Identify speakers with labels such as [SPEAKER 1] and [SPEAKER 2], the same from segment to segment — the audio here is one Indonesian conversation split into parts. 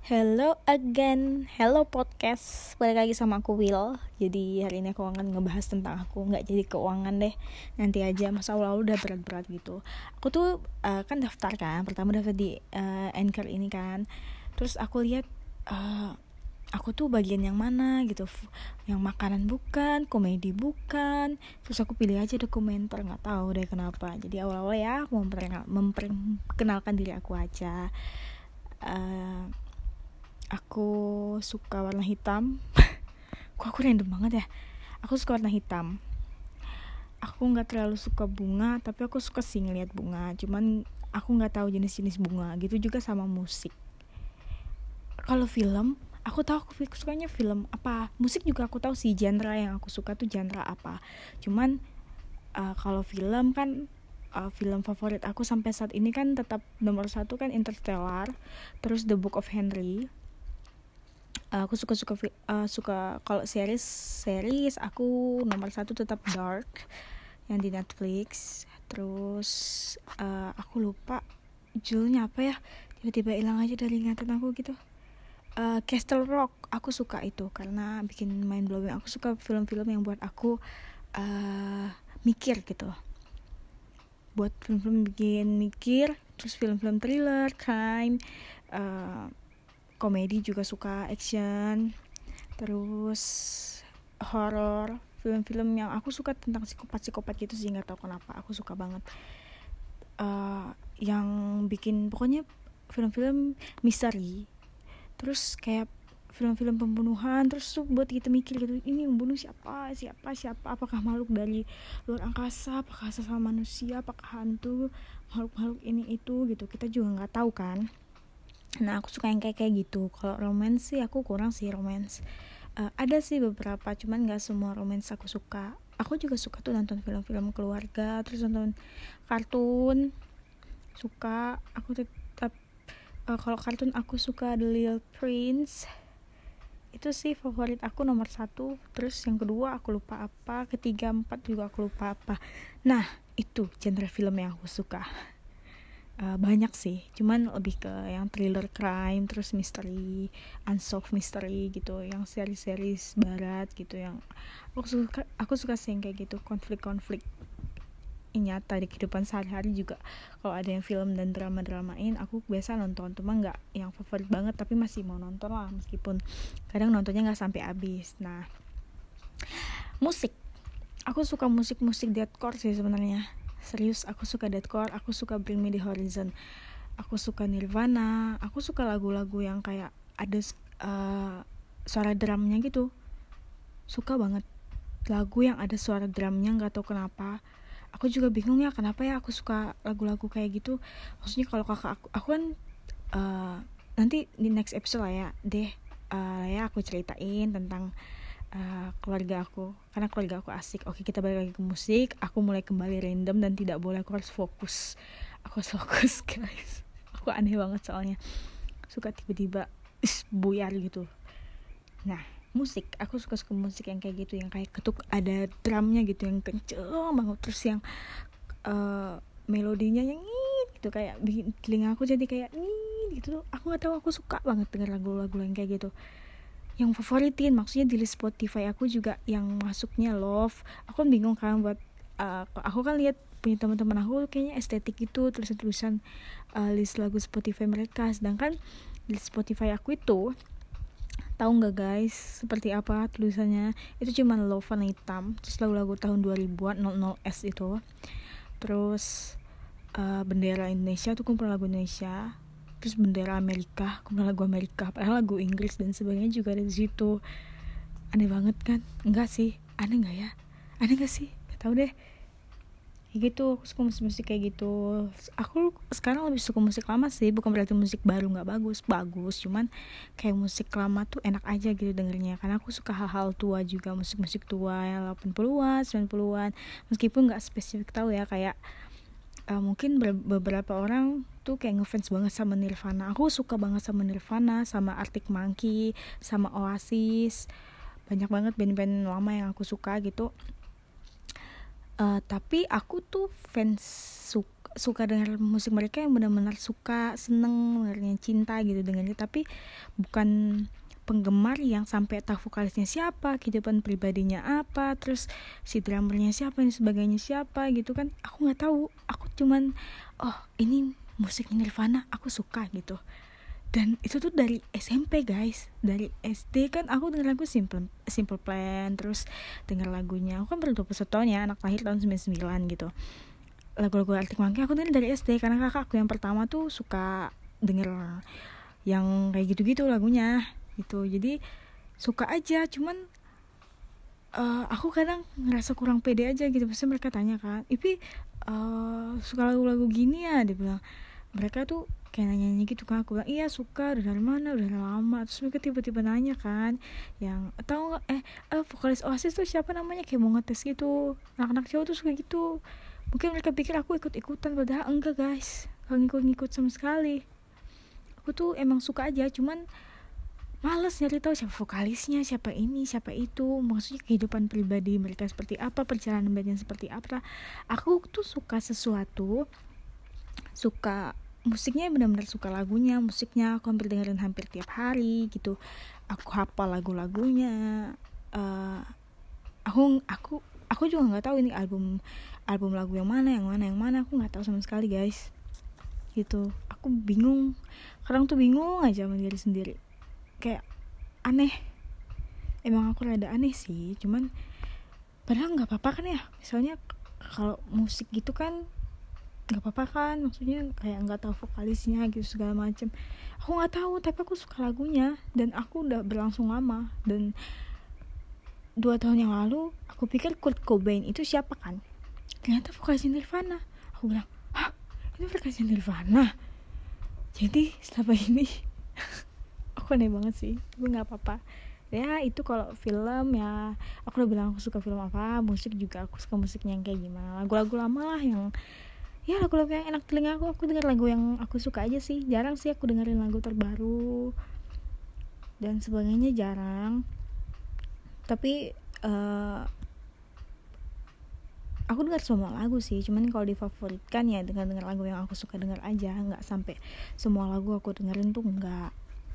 [SPEAKER 1] Hello again, hello podcast. Balik lagi sama aku Will. Jadi hari ini aku akan ngebahas tentang aku, nggak jadi keuangan deh. Nanti aja, masa awal udah berat-berat gitu. Aku tuh kan daftar kan, pertama daftar di Anchor ini kan. Terus aku lihat aku tuh bagian yang mana gitu, yang makanan bukan, komedi bukan. Terus aku pilih aja dokumenter, nggak tahu deh kenapa. Jadi awal-awal ya aku memperkenalkan diri aku aja. Aku suka warna hitam. Kok aku random banget ya. Aku suka warna hitam. Aku nggak terlalu suka bunga, tapi aku suka sih ngeliat bunga. Cuman aku nggak tahu jenis-jenis bunga. Gitu juga sama musik. Kalau film, aku tahu aku sukanya film apa. Musik juga aku tahu sih genre yang aku suka tuh genre apa. Cuman kalau film kan film favorit aku sampai saat ini kan tetap nomor 1 kan Interstellar, terus The Book of Henry. Aku suka kalau series aku nomor 1 tetap Dark yang di Netflix. Terus aku lupa judulnya apa ya, tiba-tiba hilang aja dari ingatan aku gitu. Castle Rock aku suka itu karena bikin mind blowing. Aku suka film-film yang buat aku mikir gitu, buat film-film bikin mikir. Terus film-film thriller, crime, komedi juga suka, action, terus horror. Film-film yang aku suka tentang psikopat gitu sih, nggak tahu kenapa aku suka banget. Yang bikin pokoknya film-film misteri, terus kayak film-film pembunuhan, terus tuh buat kita mikir gitu, ini yang bunuh siapa, apakah makhluk dari luar angkasa, apakah sesama manusia, apakah hantu, makhluk ini itu gitu, kita juga nggak tahu kan. Nah aku suka yang kayak gitu. Kalau romance sih aku kurang sih romance. Ada sih beberapa, cuman nggak semua romance aku suka. Aku juga suka tuh nonton film-film keluarga, terus nonton kartun suka. Aku tetap kalau kartun aku suka The Little Prince. Itu sih favorit aku nomor 1. Terus yang kedua aku lupa apa, ketiga, 4 juga aku lupa apa. Nah itu genre film yang aku suka. Banyak sih, cuman lebih ke yang thriller, crime, terus misteri, unsolved mystery gitu, yang seri-seri barat gitu, yang aku suka sih yang kayak gitu, konflik nyata di kehidupan sehari-hari juga. Kalau ada yang film dan drama-dramain aku biasa nonton, cuma nggak yang favorit banget, tapi masih mau nonton lah, meskipun kadang nontonnya nggak sampai habis. Nah musik, aku suka musik deathcore sih sebenarnya. Serius, aku suka deathcore, aku suka Bring Me The Horizon, aku suka Nirvana, aku suka lagu-lagu yang kayak ada suara drumnya gitu. Suka banget lagu yang ada suara drumnya, gak tahu kenapa. Aku juga bingung ya kenapa ya aku suka lagu-lagu kayak gitu. Maksudnya kalau kakak aku kan nanti di next episode lah ya deh, ya aku ceritain tentang keluarga aku, karena keluarga aku asik. Oke, kita balik lagi ke musik. Aku mulai kembali random dan tidak boleh, aku harus fokus guys. Aku aneh banget soalnya, suka tiba-tiba buyar gitu. Nah musik, aku suka musik yang kayak gitu, yang kayak ketuk ada drumnya gitu, yang kenceng banget, terus yang melodinya yang gitu, kayak bikin telinga aku jadi kayak gitu. Aku nggak tahu, aku suka banget denger lagu-lagu yang kayak gitu, yang favoritin. Maksudnya di list Spotify aku juga yang masuknya love. Aku kan bingung kan buat aku kan lihat punya teman-teman aku kayaknya estetik itu tulisan list lagu Spotify mereka, sedangkan list Spotify aku itu, tahu nggak guys seperti apa tulisannya? Itu cuma love warna hitam, terus lagu-lagu tahun 2000-an 00s itu, terus bendera Indonesia tuh kumpulan lagu Indonesia, terus bendera Amerika, kumpulan lagu Amerika, padahal lagu Inggris dan sebagainya juga ada di situ. Aneh banget kan? Enggak sih, aneh nggak ya? Aneh nggak sih? Gak tau deh. Kayak gitu, aku suka musik kayak gitu. Aku sekarang lebih suka musik lama sih, bukan berarti musik baru nggak bagus, cuman kayak musik lama tuh enak aja gitu dengernya, karena aku suka hal-hal tua juga, musik tua yang 80-an, 90-an, meskipun nggak spesifik tahu ya, kayak mungkin beberapa orang tuh kayak ngefans banget sama Nirvana. Aku suka banget sama Nirvana, sama Arctic Monkey, sama Oasis. Banyak banget band-band lama yang aku suka gitu. Tapi aku tuh fans suka dengar musik mereka yang benar-benar suka, seneng, benernya cinta gitu dengannya, tapi bukan penggemar yang sampai tahu vokalisnya siapa, kehidupan pribadinya apa, terus si drummernya siapa, dan sebagainya siapa gitu kan. Aku nggak tahu, aku cuman ini musiknya Nirvana, aku suka gitu. Dan itu tuh dari SMP guys, dari SD kan aku denger lagu Simple Plan, terus denger lagunya, aku kan baru 21 tahun ya, anak lahir tahun 99 gitu. Lagu-lagu Arctic Monkey aku denger dari SD karena kakak aku yang pertama tuh suka denger yang kayak gitu-gitu lagunya gitu. Jadi suka aja, cuman aku kadang ngerasa kurang pede aja gitu. Pasti mereka tanya kan, Ipi suka lagu-lagu gini ya, dia bilang. Mereka tuh kayak nanya gitu kan, aku bilang iya suka, dari mana, udah lama. Terus mereka tiba-tiba nanya kan, yang tahu nggak vokalis Oasis tuh siapa namanya, kayak mau ngetes gitu. Anak-anak cowok tuh suka gitu. Mungkin mereka pikir aku ikut-ikutan, padahal enggak guys, gak ngikut-ngikut sama sekali. Aku tuh emang suka aja, cuman males nyari tahu siapa vokalisnya, siapa ini, siapa itu, maksudnya kehidupan pribadi mereka seperti apa, perjalanan bandnya seperti apa. Aku tuh suka sesuatu, suka musiknya, benar-benar suka lagunya, musiknya aku hampir dengerin hampir tiap hari gitu. Aku hafal lagu-lagunya. Aku juga nggak tahu ini album lagu yang mana aku nggak tahu sama sekali guys gitu. Aku bingung, kadang tuh bingung aja sama diri sendiri, kayak aneh. Emang aku rada aneh sih, cuman padahal nggak apa-apa kan ya, misalnya kalau musik gitu kan nggak apa-apa kan, maksudnya kayak nggak tahu vokalisnya gitu segala macem. Aku nggak tahu, tapi aku suka lagunya dan aku udah berlangsung lama. Dan 2 tahun yang lalu aku pikir Kurt Cobain itu siapa kan, ternyata vokalisnya Nirvana. Aku bilang, hah, itu vokalisnya Nirvana. Jadi selama ini aku aneh banget sih, tapi nggak apa-apa ya. Itu kalau film ya, aku udah bilang aku suka film apa. Musik juga aku suka musiknya yang kayak gimana, lagu-lagu lama lah, yang ya lagu-lagu yang enak telinga aku denger lagu yang aku suka aja sih. Jarang sih aku dengerin lagu terbaru dan sebagainya, jarang. Tapi aku dengar semua lagu sih, cuman kalau difavoritkan ya denger lagu yang aku suka denger aja, nggak sampai semua lagu aku dengerin tuh, nggak.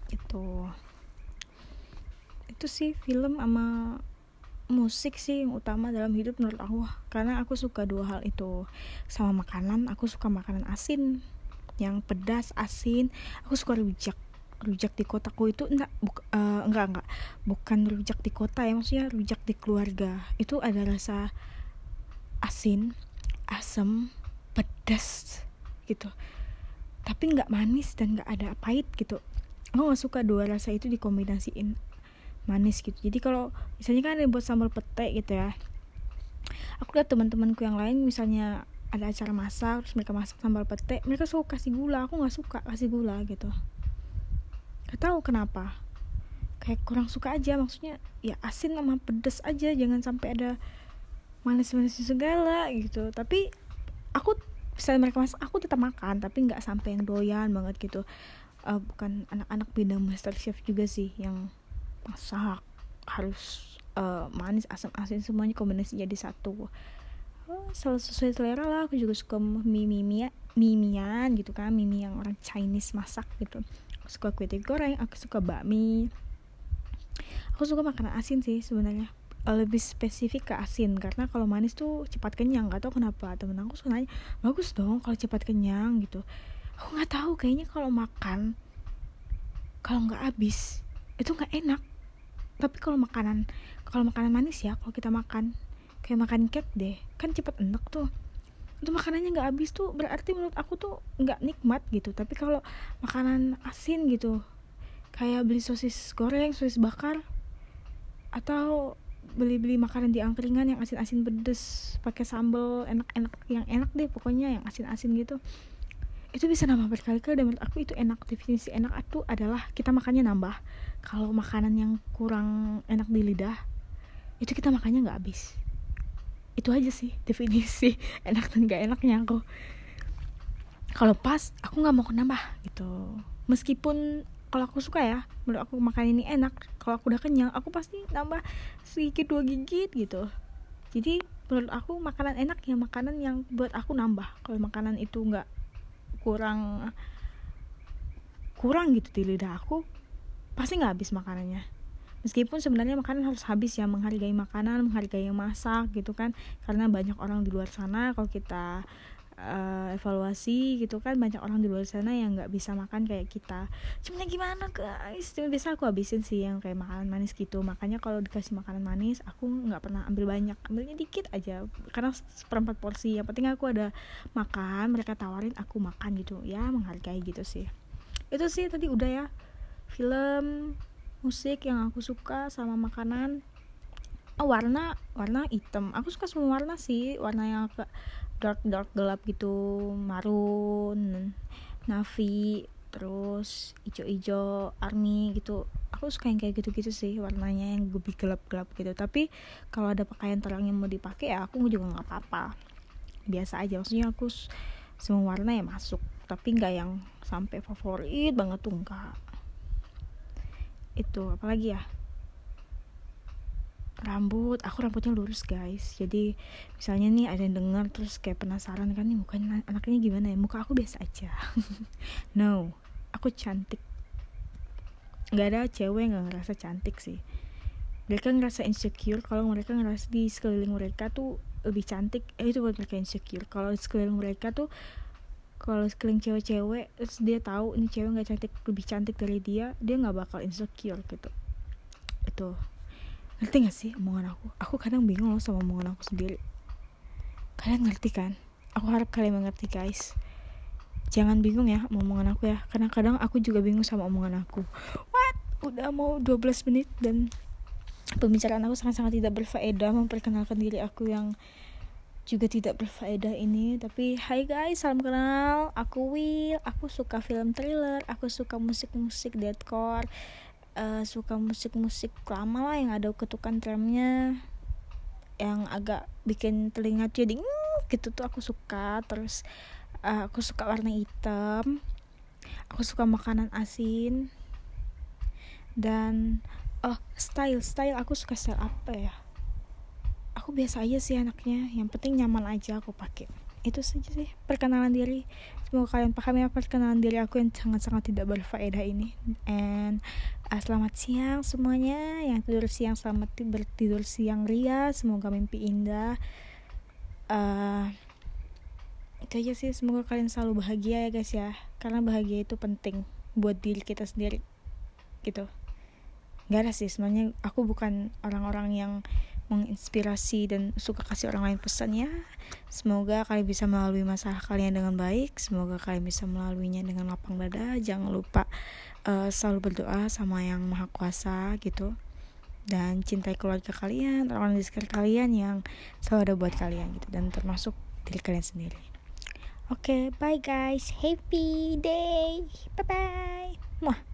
[SPEAKER 1] Itu sih film sama musik sih yang utama dalam hidup menurut aku, karena aku suka 2 hal itu. Sama makanan, aku suka makanan asin, yang pedas, asin. Aku suka rujak di kotaku itu enggak, bukan rujak di kota ya, maksudnya rujak di keluarga. Itu ada rasa asin, asam, pedas gitu, tapi nggak manis dan nggak ada pahit gitu. Aku nggak suka 2 rasa itu dikombinasiin manis gitu. Jadi kalau misalnya kan ada buat sambal pete gitu ya, aku lihat teman-temanku yang lain misalnya ada acara masak, terus mereka masak sambal pete, mereka suka kasih gula. Aku nggak suka kasih gula gitu, nggak tahu kenapa, kayak kurang suka aja. Maksudnya ya asin sama pedas aja, jangan sampai ada manis-manis segala gitu. Tapi aku misalnya mereka masak, aku tetap makan, tapi nggak sampai yang doyan banget gitu. Bukan anak-anak bidang master chef juga sih yang masak harus manis, asam, asin, semuanya kombinasi jadi satu. Selalu sesuai selera lah. Aku juga suka mimian gitu kan, mimi yang orang Chinese masak gitu. Aku suka kue goreng, aku suka bakmi. Aku suka makanan asin sih sebenarnya, lebih spesifik ke asin, karena kalau manis tuh cepat kenyang. Gak tau kenapa temen aku suka nanya, bagus dong kalau cepat kenyang gitu. Aku nggak tahu, kayaknya kalau makan kalau nggak habis itu nggak enak. Tapi kalau makanan manis ya, kalau kita makan kayak makan cake deh, kan cepet enak tuh. Itu makanannya nggak habis tuh, berarti menurut aku tuh nggak nikmat gitu. Tapi kalau makanan asin gitu, kayak beli sosis goreng, sosis bakar, atau beli makanan di angkringan yang asin-asin pedes pakai sambal, enak-enak, yang enak deh pokoknya, yang asin-asin gitu, itu bisa nambah berkali-kali. Dan menurut aku itu enak. Definisi enak itu adalah kita makannya nambah. Kalau makanan yang kurang enak di lidah, itu kita makannya nggak habis. Itu aja sih definisi enak dan gak enaknya aku. Kalau pas, aku nggak mau nambah gitu. Meskipun kalau aku suka ya, menurut aku makan ini enak, kalau aku udah kenyang, aku pasti nambah sedikit 2 gigit gitu. Jadi menurut aku makanan enak ya makanan yang buat aku nambah. Kalau makanan itu nggak kurang gitu di lidah aku, pasti nggak habis makanannya. Meskipun sebenarnya makanan harus habis ya, menghargai makanan, menghargai yang masak gitu kan, karena banyak orang di luar sana. Kalau kita evaluasi gitu kan, banyak orang di luar sana yang nggak bisa makan kayak kita. Cuman gimana guys, cuma biasa aku habisin sih yang kayak makanan manis gitu. Makanya kalau dikasih makanan manis aku nggak pernah ambil banyak, ambilnya dikit aja karena seperempat porsi. Yang penting aku ada makan, mereka tawarin aku makan gitu ya, menghargai gitu sih. Itu sih tadi udah ya, film, musik yang aku suka sama makanan. Warna hitam, aku suka semua warna sih, warna yang agak dark gelap gitu, marun, navy, terus ijo army gitu. Aku suka yang kayak gitu-gitu sih, warnanya yang lebih gelap-gelap gitu. Tapi kalau ada pakaian terang yang mau dipakai ya aku juga nggak apa-apa, biasa aja. Maksudnya aku semua warna ya masuk, tapi nggak yang sampai favorit banget tuh enggak. Itu apalagi ya, aku rambutnya lurus guys. Jadi misalnya nih ada yang dengar terus kayak penasaran kan, nih mukanya anaknya gimana ya, muka aku biasa aja. No, aku cantik. Nggak ada cewek yang nggak ngerasa cantik sih. Mereka ngerasa insecure kalau mereka ngerasa di sekeliling mereka tuh lebih cantik. Itu buat mereka insecure. Kalau sekeliling mereka tuh, kalau sekeliling cewek-cewek terus dia tahu ini cewek nggak cantik, lebih cantik dari dia nggak bakal insecure gitu. Itu ngerti gak sih omongan aku kadang bingung loh sama omongan aku sendiri. Kalian ngerti kan? Aku harap kalian mengerti guys. Jangan bingung ya omongan aku ya, karena kadang aku juga bingung sama omongan aku. What? Udah mau 12 menit dan pembicaraan aku sangat-sangat tidak berfaedah, memperkenalkan diri aku yang juga tidak berfaedah ini. Tapi hai guys, salam kenal. Aku Will, aku suka film thriller, aku suka musik-musik deathcore, suka musik-musik lama lah yang ada ketukan drumnya yang agak bikin telinga jadi gitu tuh aku suka. Terus aku suka warna hitam, aku suka makanan asin, dan style aku suka style apa ya, aku biasa aja sih anaknya, yang penting nyaman aja aku pakai. Itu saja sih perkenalan diri. Semoga kalian paham ya perkenalan diri aku yang sangat-sangat tidak berfaedah ini. And selamat siang semuanya. Yang tidur siang selamat bertidur siang ria. Semoga mimpi indah. Itu aja sih. Semoga kalian selalu bahagia ya guys ya. Karena bahagia itu penting buat diri kita sendiri gitu. Gak ada sih sebenarnya, aku bukan orang-orang yang menginspirasi dan suka kasih orang lain pesan ya. Semoga kalian bisa melalui masalah kalian dengan baik. Semoga kalian bisa melaluinya dengan lapang dada. Jangan lupa selalu berdoa sama yang maha kuasa gitu. Dan cintai keluarga kalian, orang-orang di sekitar kalian yang selalu ada buat kalian gitu. Dan termasuk diri kalian sendiri. Oke, bye guys. Happy day. Bye bye. Muah.